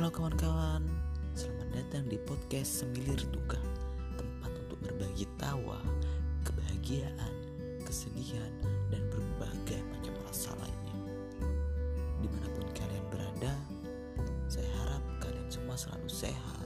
Halo kawan-kawan, selamat datang di podcast Semilir Duka, tempat untuk berbagi tawa, kebahagiaan, kesedihan, dan berbagai macam rasa lainnya. Dimanapun kalian berada, saya harap kalian semua selalu sehat,